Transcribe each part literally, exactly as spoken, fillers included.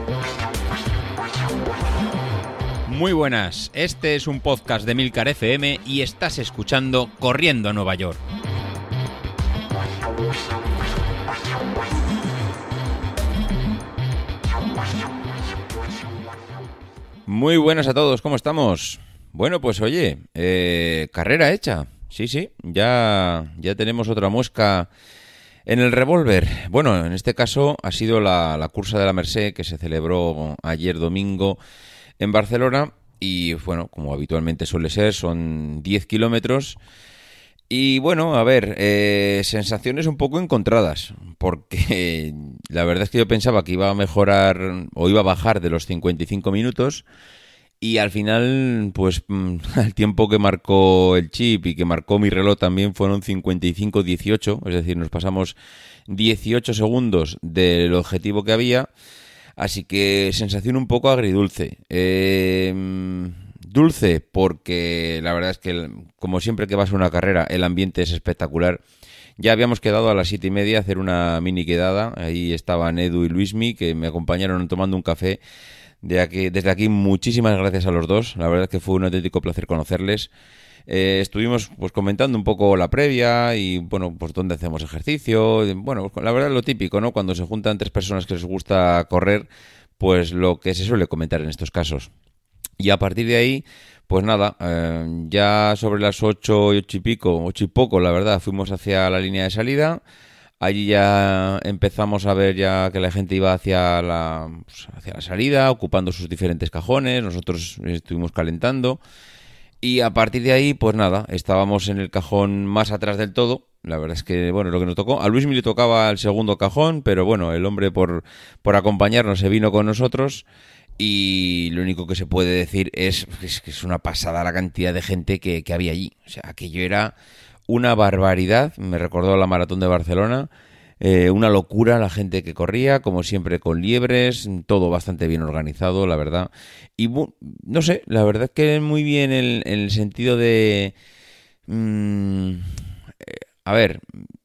Muy buenas, este es un podcast de Milcar F M y estás escuchando Corriendo a Nueva York. Muy buenas a todos, ¿cómo estamos? Bueno, pues oye, eh, carrera hecha, sí, sí, ya, ya tenemos otra muesca en el revólver. Bueno, en este caso ha sido la, la cursa de la Mercè que se celebró ayer domingo en Barcelona y bueno, como habitualmente suele ser, son diez kilómetros y bueno, a ver, eh, sensaciones un poco encontradas porque la verdad es que yo pensaba que iba a mejorar o iba a bajar de los cincuenta y cinco minutos y al final pues el tiempo que marcó el chip y que marcó mi reloj también fueron cincuenta y cinco dieciocho, es decir, nos pasamos dieciocho segundos del objetivo que había. Así que sensación un poco agridulce. Eh, dulce porque la verdad es que, como siempre que vas a una carrera, el ambiente es espectacular. Ya habíamos quedado a las siete y media a hacer una mini quedada. Ahí estaban Edu y Luismi, que me acompañaron tomando un café. De aquí, desde aquí, muchísimas gracias a los dos. La verdad es que fue un auténtico placer conocerles. Eh, estuvimos pues comentando un poco la previa y bueno, pues dónde hacemos ejercicio. Bueno, la verdad es lo típico, ¿no? Cuando se juntan tres personas que les gusta correr, pues lo que se suele comentar en estos casos. Y a partir de ahí, pues nada, eh, ya sobre las ocho y ocho y pico, ocho y poco, la verdad, fuimos hacia la línea de salida. Allí ya empezamos a ver ya que la gente iba hacia la, pues, hacia la salida, ocupando sus diferentes cajones. Nosotros estuvimos calentando. Y a partir de ahí, pues nada, estábamos en el cajón más atrás del todo. La verdad es que, bueno, lo que nos tocó. A Luismi le tocaba el segundo cajón, pero bueno, el hombre por, por acompañarnos se vino con nosotros. Y lo único que se puede decir es, es que es una pasada la cantidad de gente que, que había allí. O sea, aquello era una barbaridad. Me recordó la maratón de Barcelona. Eh, una locura la gente que corría, como siempre con liebres, todo bastante bien organizado, la verdad. Y bu- no sé, la verdad es que muy bien en, en el sentido de... Mmm, eh, a ver,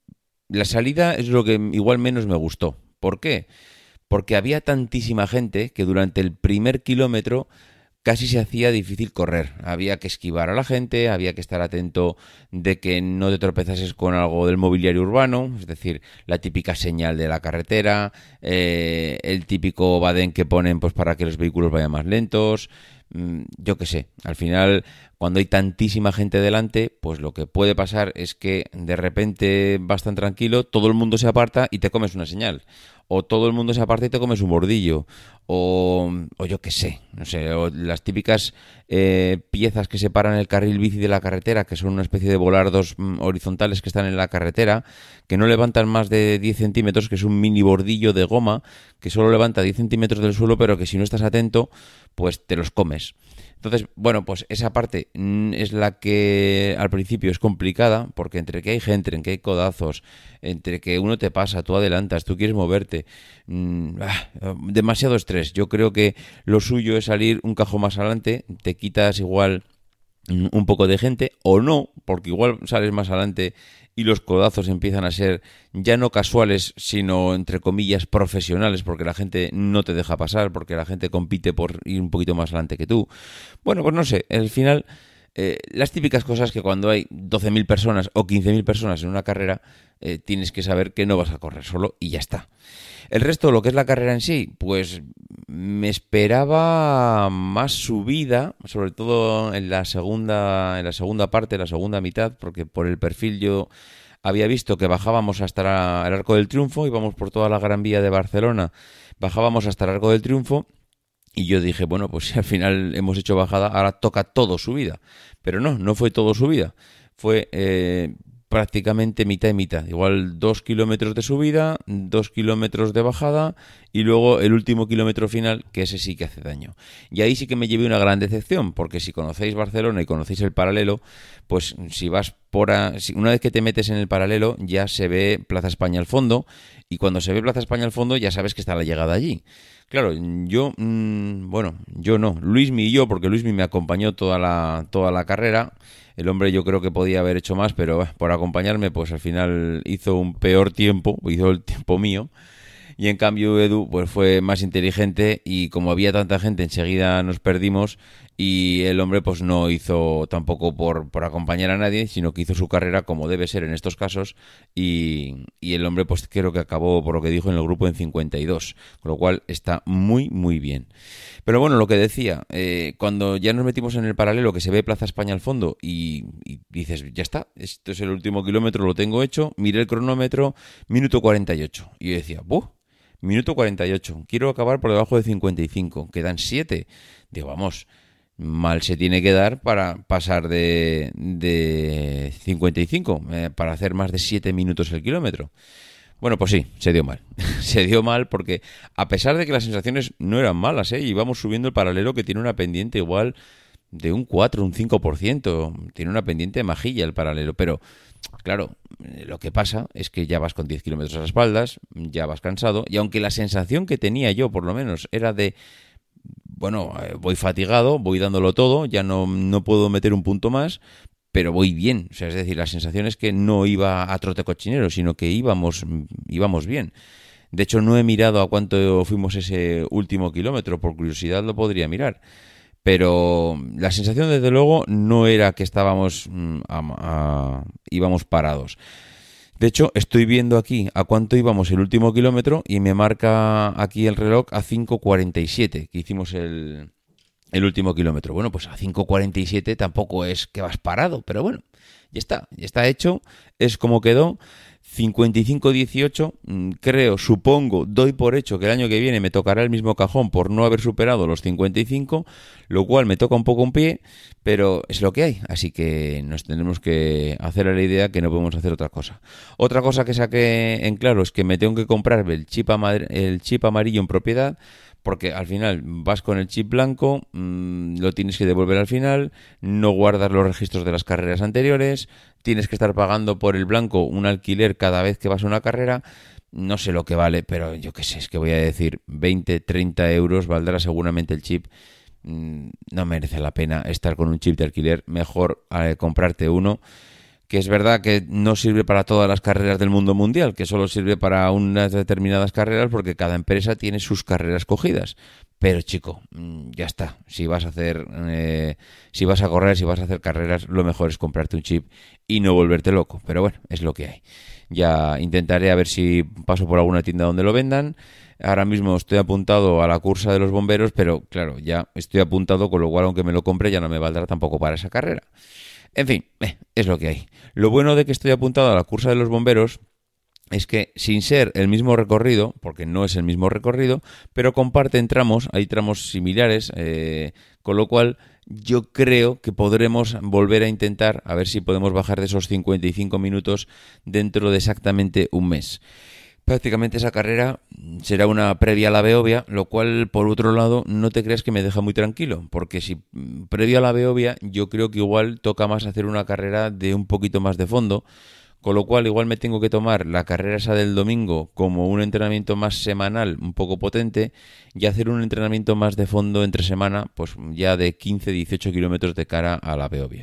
la salida es lo que igual menos me gustó. ¿Por qué? Porque había tantísima gente que durante el primer kilómetro casi se hacía difícil correr. Había que esquivar a la gente, había que estar atento de que no te tropezases con algo del mobiliario urbano, es decir, la típica señal de la carretera, eh, el típico badén que ponen pues para que los vehículos vayan más lentos. Yo qué sé, al final cuando hay tantísima gente delante, pues lo que puede pasar es que de repente vas tan tranquilo, todo el mundo se aparta y te comes una señal, o todo el mundo se aparta y te comes un bordillo, o, o yo qué sé, no sé, o las típicas eh, piezas que separan el carril bici de la carretera, que son una especie de volardos mm, horizontales que están en la carretera, que no levantan más de diez centímetros, que es un mini bordillo de goma, que solo levanta diez centímetros del suelo, pero que si no estás atento, pues te los comes. Entonces, bueno, pues esa parte es la que al principio es complicada, porque entre que hay gente, entre que hay codazos, entre que uno te pasa, tú adelantas, tú quieres moverte, mmm, ah, demasiado estrés. Yo creo que lo suyo es salir un cajón más adelante, te quitas igual un poco de gente, o no, porque igual sales más adelante y los codazos empiezan a ser ya no casuales, sino entre comillas profesionales, porque la gente no te deja pasar, porque la gente compite por ir un poquito más adelante que tú. Bueno, pues no sé, al final eh, las típicas cosas que cuando hay doce mil personas o quince mil personas en una carrera, eh, tienes que saber que no vas a correr solo y ya está. El resto, lo que es la carrera en sí, pues me esperaba más subida, sobre todo en la segunda, en la segunda parte, la segunda mitad, porque por el perfil yo había visto que bajábamos hasta el Arco del Triunfo, íbamos por toda la Gran Vía de Barcelona, bajábamos hasta el Arco del Triunfo, y yo dije, bueno, pues si al final hemos hecho bajada, ahora toca todo subida. Pero no, no fue todo subida, fue... Eh, prácticamente mitad y mitad, igual dos kilómetros de subida, dos kilómetros de bajada y luego el último kilómetro final, que ese sí que hace daño. Y ahí sí que me llevé una gran decepción, porque si conocéis Barcelona y conocéis el paralelo, pues si vas por a, si una vez que te metes en el paralelo ya se ve Plaza España al fondo, y cuando se ve Plaza España al fondo ya sabes que está la llegada allí. Claro, yo, mmm, bueno, yo no, Luismi y yo, porque Luismi me acompañó toda la, toda la carrera. El hombre yo creo que podía haber hecho más, pero eh, por acompañarme, pues al final hizo un peor tiempo, hizo el tiempo mío. Y en cambio Edu pues fue más inteligente y como había tanta gente enseguida nos perdimos y el hombre pues no hizo tampoco por, por acompañar a nadie, sino que hizo su carrera como debe ser en estos casos y, y el hombre pues creo que acabó por lo que dijo en el grupo en cincuenta y dos, con lo cual está muy muy bien. Pero bueno, lo que decía, eh, cuando ya nos metimos en el paralelo que se ve Plaza España al fondo y, y dices, ya está, esto es el último kilómetro, lo tengo hecho, miré el cronómetro, minuto cuarenta y ocho. Y yo decía, ¡buh! Minuto cuarenta y ocho, quiero acabar por debajo de cincuenta y cinco, quedan siete. Digo, vamos, mal se tiene que dar para pasar de, de cincuenta y cinco, eh, para hacer más de siete minutos el kilómetro. Bueno, pues sí, se dio mal. Se dio mal porque a pesar de que las sensaciones no eran malas, ¿eh? Íbamos subiendo el paralelo que tiene una pendiente igual de un cuatro, un cinco por ciento. Tiene una pendiente majilla el paralelo, pero claro, lo que pasa es que ya vas con diez kilómetros a las espaldas, ya vas cansado, y aunque la sensación que tenía yo, por lo menos, era de, bueno, voy fatigado, voy dándolo todo, ya no, no puedo meter un punto más, pero voy bien. O sea, es decir, la sensación es que no iba a trote cochinero, sino que íbamos, íbamos bien. De hecho, no he mirado a cuánto fuimos ese último kilómetro, por curiosidad lo podría mirar. Pero la sensación, desde luego, no era que estábamos, a, a, íbamos parados. De hecho, estoy viendo aquí a cuánto íbamos el último kilómetro y me marca aquí el reloj a cinco cuarenta y siete, que hicimos el... el último kilómetro. Bueno, pues a cinco cuarenta y siete tampoco es que vas parado, pero bueno, ya está, ya está hecho, es como quedó. cincuenta y cinco dieciocho, creo, supongo, doy por hecho que el año que viene me tocará el mismo cajón por no haber superado los cincuenta y cinco, lo cual me toca un poco un pie, pero es lo que hay, así que nos tenemos que hacer a la idea que no podemos hacer otra cosa. Otra cosa que saqué en claro es que me tengo que comprar el chip, amad- el chip amarillo en propiedad, porque al final vas con el chip blanco, mmm, lo tienes que devolver al final, no guardas los registros de las carreras anteriores, tienes que estar pagando por el blanco un alquiler cada vez que vas a una carrera. No sé lo que vale, pero yo qué sé, es que voy a decir veinte, treinta euros valdrá seguramente el chip. Mm, no merece la pena estar con un chip de alquiler, mejor eh, comprarte uno. Que es verdad que no sirve para todas las carreras del mundo mundial, que solo sirve para unas determinadas carreras porque cada empresa tiene sus carreras cogidas. Pero chico, ya está. Si vas a hacer, eh, si vas a correr, si vas a hacer carreras, lo mejor es comprarte un chip y no volverte loco. Pero bueno, es lo que hay. Ya intentaré a ver si paso por alguna tienda donde lo vendan. Ahora mismo estoy apuntado a la cursa de los bomberos, pero claro, ya estoy apuntado, con lo cual aunque me lo compre ya no me valdrá tampoco para esa carrera. En fin, eh, es lo que hay. Lo bueno de que estoy apuntado a la cursa de los bomberos es que sin ser el mismo recorrido, porque no es el mismo recorrido, pero comparten tramos, hay tramos similares, eh, con lo cual yo creo que podremos volver a intentar a ver si podemos bajar de esos cincuenta y cinco minutos dentro de exactamente un mes. Prácticamente esa carrera será una previa a la Beovia, lo cual, por otro lado, no te creas que me deja muy tranquilo, porque si previo a la Beovia yo creo que igual toca más hacer una carrera de un poquito más de fondo, con lo cual igual me tengo que tomar la carrera esa del domingo como un entrenamiento más semanal, un poco potente, y hacer un entrenamiento más de fondo entre semana, pues ya de quince a dieciocho kilómetros de cara a la Beovia.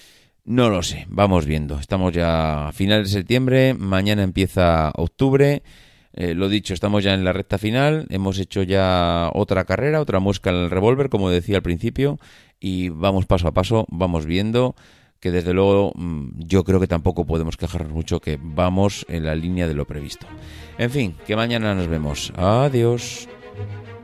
No lo sé, vamos viendo. Estamos ya a finales de septiembre, mañana empieza octubre. Eh, lo dicho, estamos ya en la recta final. Hemos hecho ya otra carrera, otra muesca en el revólver, como decía al principio. Y vamos paso a paso, vamos viendo que desde luego yo creo que tampoco podemos quejarnos mucho, que vamos en la línea de lo previsto. En fin, que mañana nos vemos. Adiós.